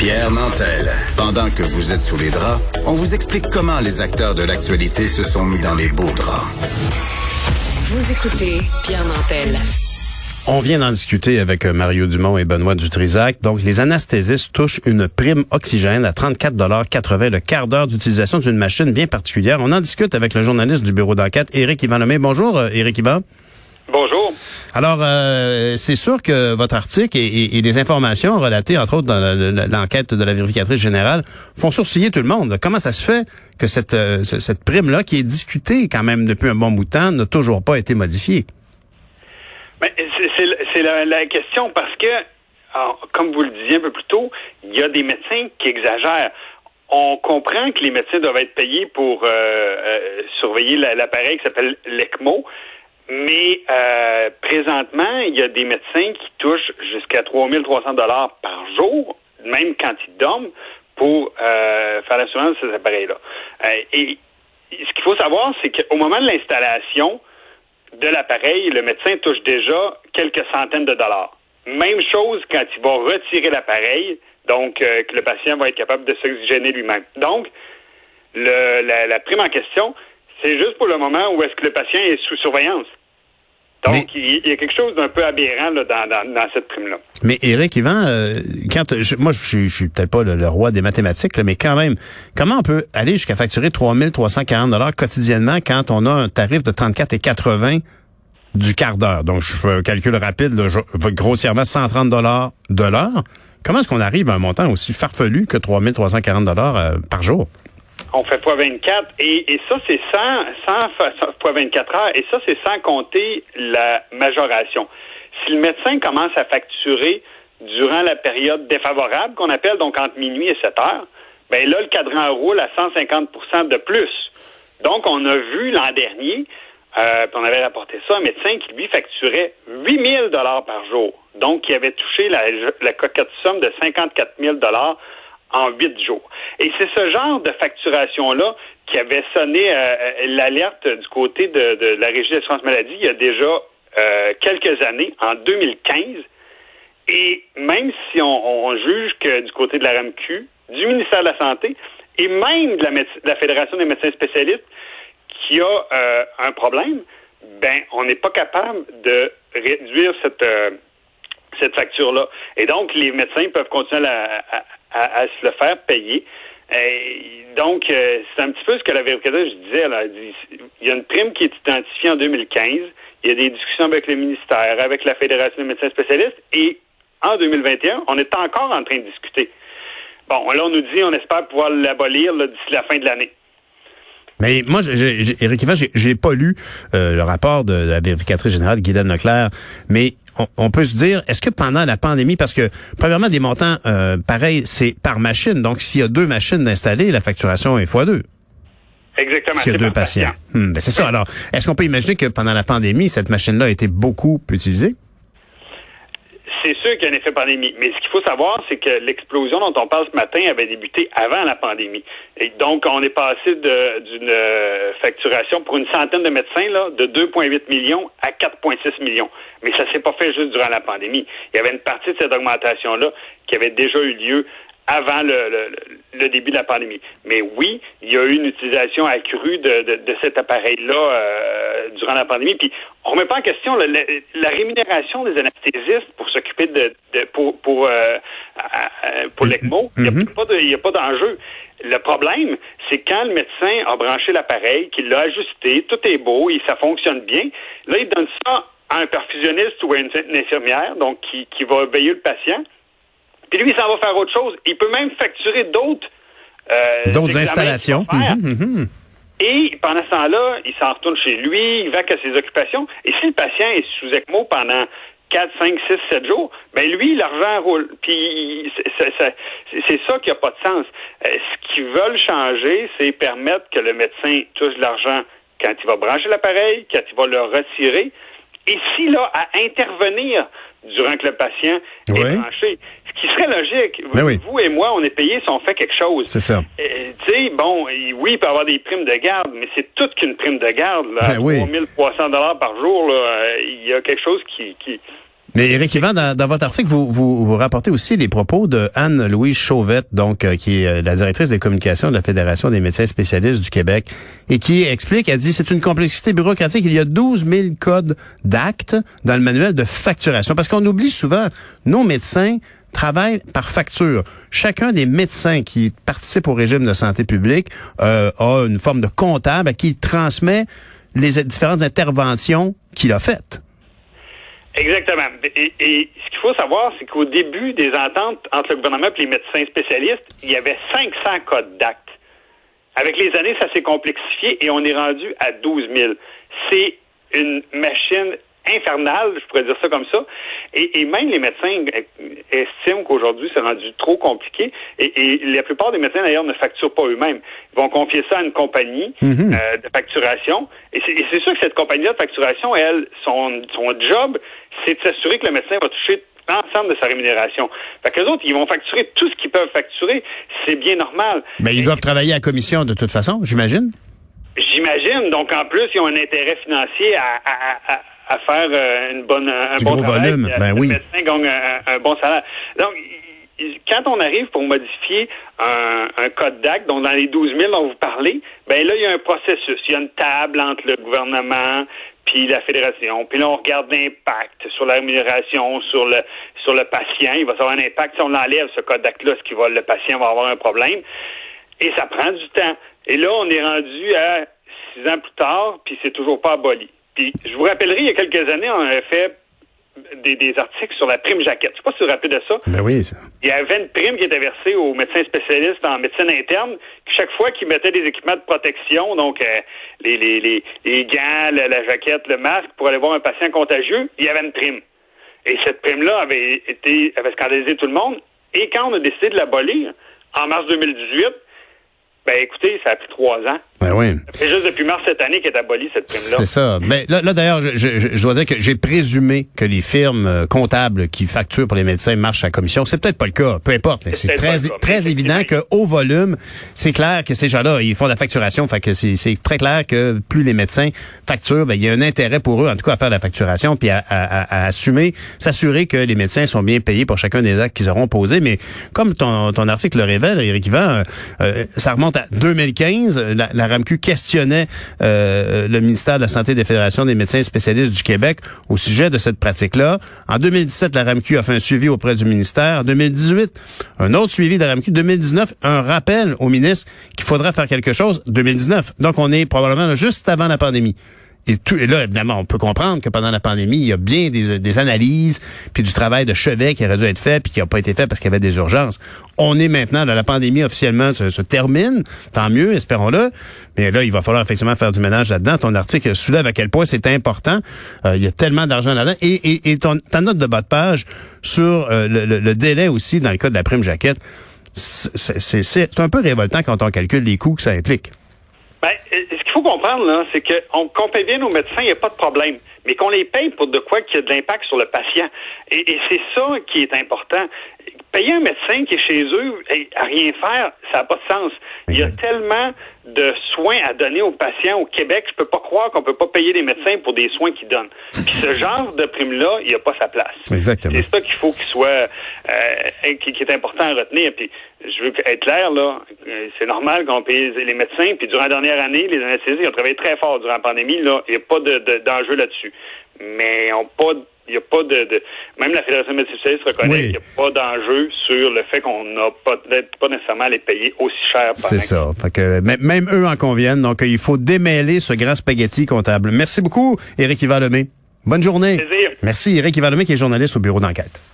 Pierre Nantel. Pendant que vous êtes sous les draps, on vous explique comment les acteurs de l'actualité se sont mis dans les beaux draps. Vous écoutez Pierre Nantel. On vient d'en discuter avec Mario Dumont et Benoît Dutrisac. Donc, les anesthésistes touchent une prime oxygène à 34,80 $ le quart d'heure d'utilisation d'une machine bien particulière. On en discute avec le journaliste du bureau d'enquête, Éric Yvan-Lemay. Bonjour, Éric Yvan. Bonjour. Alors, c'est sûr que votre article et les informations relatées, entre autres, dans l'enquête de la vérificatrice générale, font sourciller tout le monde. Comment ça se fait que cette prime-là, qui est discutée quand même depuis un bon bout de temps, n'a toujours pas été modifiée? Ben, c'est la question parce que, alors, comme vous le disiez un peu plus tôt, il y a des médecins qui exagèrent. On comprend que les médecins doivent être payés pour surveiller l'appareil qui s'appelle l'ECMO, mais présentement, il y a des médecins qui touchent jusqu'à 3 300 $ par jour, même quand ils dorment, pour faire l'assurance de ces appareils-là. Et ce qu'il faut savoir, c'est qu'au moment de l'installation de l'appareil, le médecin touche déjà quelques centaines de dollars. Même chose quand il va retirer l'appareil, donc que le patient va être capable de s'oxygéner lui-même. Donc, la prime en question, c'est juste pour le moment où est-ce que le patient est sous surveillance. Donc, il y a quelque chose d'un peu aberrant là, dans cette prime-là. Mais Éric Yvan, moi je suis peut-être pas le roi des mathématiques, là, mais quand même, comment on peut aller jusqu'à facturer 3 340 $ quotidiennement quand on a un tarif de 34,80 $ du quart d'heure? Donc, je fais un calcul rapide, là, grossièrement 130 $ de l'heure. Comment est-ce qu'on arrive à un montant aussi farfelu que 3 340 $ par jour? On fait fois 24 et ça, c'est 100 fois 24 heures et ça, c'est sans compter la majoration. Si le médecin commence à facturer durant la période défavorable, qu'on appelle donc entre minuit et 7 heures, ben là, le cadran roule à 150 % de plus. Donc, on a vu l'an dernier, puis on avait rapporté ça, un médecin qui, lui, facturait 8 000 $ par jour. Donc, qui avait touché la coquette somme de 54 000 $ en 8 jours. Et c'est ce genre de facturation-là qui avait sonné l'alerte du côté de la Régie d'assurance maladie il y a déjà quelques années, en 2015. Et même si on juge que du côté de la RAMQ, du ministère de la Santé et même de la Fédération des médecins spécialistes qui a un problème, ben on n'est pas capable de réduire cette facture-là. Et donc, les médecins peuvent continuer à se le faire payer. Donc, c'est un petit peu ce que la vérificatrice disait. Là. Elle dit, il y a une prime qui est identifiée en 2015. Il y a des discussions avec le ministère, avec la Fédération des médecins spécialistes. Et en 2021, on est encore en train de discuter. Bon, là, on nous dit, on espère pouvoir l'abolir là, d'ici la fin de l'année. Mais moi, Éric Yvan, j'ai pas lu le rapport de la vérificatrice générale, Guylaine Leclerc, mais on peut se dire, est-ce que pendant la pandémie, parce que premièrement, des montants pareils, c'est par machine, donc s'il y a 2 machines d'installer, la facturation est x2. Exactement. S'il y a 2 patients. Ben c'est ça. Alors, est-ce qu'on peut imaginer que pendant la pandémie, cette machine-là a été beaucoup utilisée? C'est sûr qu'il y a un effet pandémie. Mais ce qu'il faut savoir, c'est que l'explosion dont on parle ce matin avait débuté avant la pandémie. Et donc, on est passé d'une facturation pour une centaine de médecins là, de 2,8 millions à 4,6 millions. Mais ça s'est pas fait juste durant la pandémie. Il y avait une partie de cette augmentation-là qui avait déjà eu lieu avant le début de la pandémie. Mais oui, il y a eu une utilisation accrue de cet appareil-là durant la pandémie. Puis on remet pas en question la rémunération des anesthésistes pour s'occuper pour l'ECMO. Il n'y a pas d'enjeu. Le problème, c'est quand le médecin a branché l'appareil, qu'il l'a ajusté, tout est beau, ça fonctionne bien. Là, il donne ça à un perfusionniste ou à une infirmière, donc qui va veiller le patient. Puis lui, il s'en va faire autre chose. Il peut même facturer d'autres installations. Et pendant ce temps-là, il s'en retourne chez lui, il va à ses occupations. Et si le patient est sous ECMO pendant 4, 5, 6, 7 jours, ben lui, l'argent roule. Puis c'est ça qui n'a pas de sens. Ce qu'ils veulent changer, c'est permettre que le médecin touche de l'argent quand il va brancher l'appareil, quand il va le retirer. Et si là, à intervenir durant que le patient est branché. Ce qui serait logique. Vous et moi, on est payés si on fait quelque chose. C'est ça. Tu sais, bon, oui, il peut y avoir des primes de garde, mais c'est toute qu'une prime de garde. Là, 3 300 $ par jour, il y a quelque chose qui Mais Éric Yvan, dans votre article, vous rapportez aussi les propos de Anne-Louise Chauvette, donc qui est la directrice des communications de la Fédération des médecins spécialistes du Québec, et qui explique, elle dit, c'est une complexité bureaucratique. Il y a 12 000 codes d'actes dans le manuel de facturation. Parce qu'on oublie souvent, nos médecins travaillent par facture. Chacun des médecins qui participent au régime de santé publique a une forme de comptable à qui il transmet les différentes interventions qu'il a faites. Exactement. Et ce qu'il faut savoir, c'est qu'au début des ententes entre le gouvernement et les médecins spécialistes, il y avait 500 codes d'actes. Avec les années, ça s'est complexifié et on est rendu à 12 000. C'est une machine infernale, je pourrais dire ça comme ça. Et même les médecins estiment qu'aujourd'hui, c'est rendu trop compliqué. Et la plupart des médecins, d'ailleurs, ne facturent pas eux-mêmes. Ils vont confier ça à une compagnie de facturation. Et c'est sûr que cette compagnie-là de facturation, elle, son job, c'est de s'assurer que le médecin va toucher l'ensemble de sa rémunération. Fait qu'eux autres, ils vont facturer tout ce qu'ils peuvent facturer. C'est bien normal. Mais ils doivent travailler à commission de toute façon, j'imagine? J'imagine. Donc, en plus, ils ont un intérêt financier à faire un bon travail. Volume, oui. Le médecin gagne un bon salaire. Donc, quand on arrive pour modifier un code d'acte, donc dans les 12 000 dont vous parlez, ben là, il y a un processus. Il y a une table entre le gouvernement puis la fédération. Puis là, on regarde l'impact sur la rémunération, sur le patient. Il va avoir un impact. Si on enlève ce code d'acte-là, le patient va avoir un problème. Et ça prend du temps. Et là, on est rendu à 6 ans plus tard, puis c'est toujours pas aboli. Puis, je vous rappellerai, il y a quelques années, on avait fait des articles sur la prime jaquette. Je sais pas si vous vous rappelez de ça. Ben oui, ça. Il y avait une prime qui était versée aux médecins spécialistes en médecine interne, qui chaque fois qu'ils mettaient des équipements de protection, donc les gants, la jaquette, le masque, pour aller voir un patient contagieux, il y avait une prime. Et cette prime-là avait scandalisé tout le monde. Et quand on a décidé de l'abolir, en mars 2018, ben écoutez, ça a pris 3 ans. Ben oui. C'est juste depuis mars cette année qu'est abolie cette prime-là. C'est ça. Mais là d'ailleurs, je dois dire que j'ai présumé que les firmes comptables qui facturent pour les médecins marchent à commission. C'est peut-être pas le cas. Peu importe. C'est très évident que au volume, c'est clair que ces gens-là, ils font de la facturation. Fait que c'est très clair que plus les médecins facturent, ben il y a un intérêt pour eux, en tout cas, à faire de la facturation puis à s'assurer que les médecins sont bien payés pour chacun des actes qu'ils auront posés. Mais comme ton article le révèle, Éric Yvan, ça remonte à 2015. La RAMQ questionnait le ministère de la Santé et des Fédérations des médecins spécialistes du Québec au sujet de cette pratique-là. En 2017, la RAMQ a fait un suivi auprès du ministère. En 2018, un autre suivi de la RAMQ. 2019, un rappel au ministre qu'il faudra faire quelque chose. 2019. Donc, on est probablement là, juste avant la pandémie. Et là, évidemment, on peut comprendre que pendant la pandémie, il y a bien des analyses, puis du travail de chevet qui aurait dû être fait, puis qui n'a pas été fait parce qu'il y avait des urgences. On est maintenant, là, la pandémie officiellement se termine, tant mieux, espérons-le. Mais là, il va falloir effectivement faire du ménage là-dedans. Ton article soulève à quel point c'est important. Il y a tellement d'argent là-dedans. Et ta note de bas de page sur le délai aussi dans le cas de la prime jaquette, c'est un peu révoltant quand on calcule les coûts que ça implique. Ben, ce qu'il faut comprendre, là, c'est qu'on paye bien nos médecins, il n'y a pas de problème. Mais qu'on les paye pour de quoi qu'il y a de l'impact sur le patient. Et c'est ça qui est important. Payer un médecin qui est chez eux et à rien faire, ça n'a pas de sens. Il y a tellement de soins à donner aux patients au Québec, je peux pas croire qu'on peut pas payer les médecins pour des soins qu'ils donnent. Puis ce genre de prime-là, il n'y a pas sa place. Exactement. C'est ça qu'il faut qu'il soit, qui est important à retenir. Puis je veux être clair, là, c'est normal qu'on paye les médecins. Puis durant la dernière année, les anesthésistes ont travaillé très fort durant la pandémie. Là, il n'y a pas d'enjeu là-dessus. Mais il n'y a pas même la Fédération des médecins spécialistes reconnaît qu'il n'y a pas d'enjeu sur le fait qu'on n'a peut-être pas nécessairement à les payer aussi cher. C'est ça. Fait que même eux en conviennent. Donc, il faut démêler ce grand spaghetti comptable. Merci beaucoup, Éric Yvan Lemay. Bonne journée. Plaisir. Merci, Éric Yvan Lemay, qui est journaliste au bureau d'enquête.